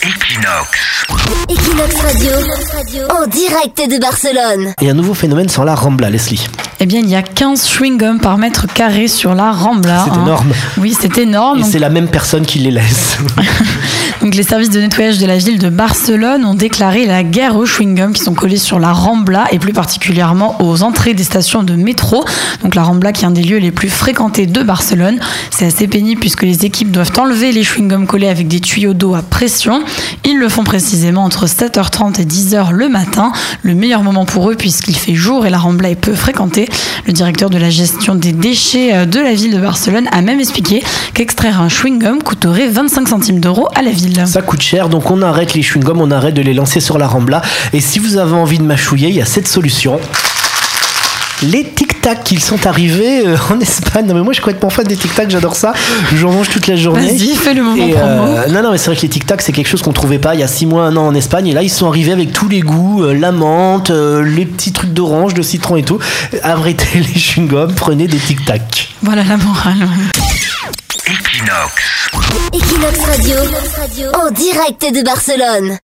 Equinox Radio, en direct de Barcelone. Et un nouveau phénomène sur la Rambla, Leslie. Eh bien, il y a 15 chewing-gums par mètre carré sur la Rambla. C'est énorme. Oui, c'est énorme. Et c'est la même personne qui les laisse. Donc, les services de nettoyage de la ville de Barcelone ont déclaré la guerre aux chewing-gums qui sont collés sur la Rambla et plus particulièrement aux entrées des stations de métro. Donc, la Rambla qui est un des lieux les plus fréquentés de Barcelone. C'est assez pénible puisque les équipes doivent enlever les chewing-gums collés avec des tuyaux d'eau à pression. Ils le font précisément entre 7h30 et 10h le matin. Le meilleur moment pour eux puisqu'il fait jour et la Rambla est peu fréquentée. Le directeur de la gestion des déchets de la ville de Barcelone a même expliqué qu'extraire un chewing-gum coûterait 25 centimes d'euros à la ville. Ça coûte cher, donc on arrête les chewing-gums, on arrête de les lancer sur la Rambla. Et si vous avez envie de mâchouiller, il y a cette solution. Les tic-tac qui sont arrivés en Espagne. Non mais moi je suis complètement fan des tic-tac, j'adore ça. J'en mange toute la journée. Vas-y, fais le moment promo. Non mais c'est vrai que les tic-tac c'est quelque chose qu'on trouvait pas il y a 6 mois, 1 an en Espagne. Et là ils sont arrivés avec tous les goûts, la menthe, les petits trucs d'orange, de citron et tout. Arrêtez les chewing-gums, prenez des tic-tac. Voilà la morale. Equinox Radio, en direct de Barcelone.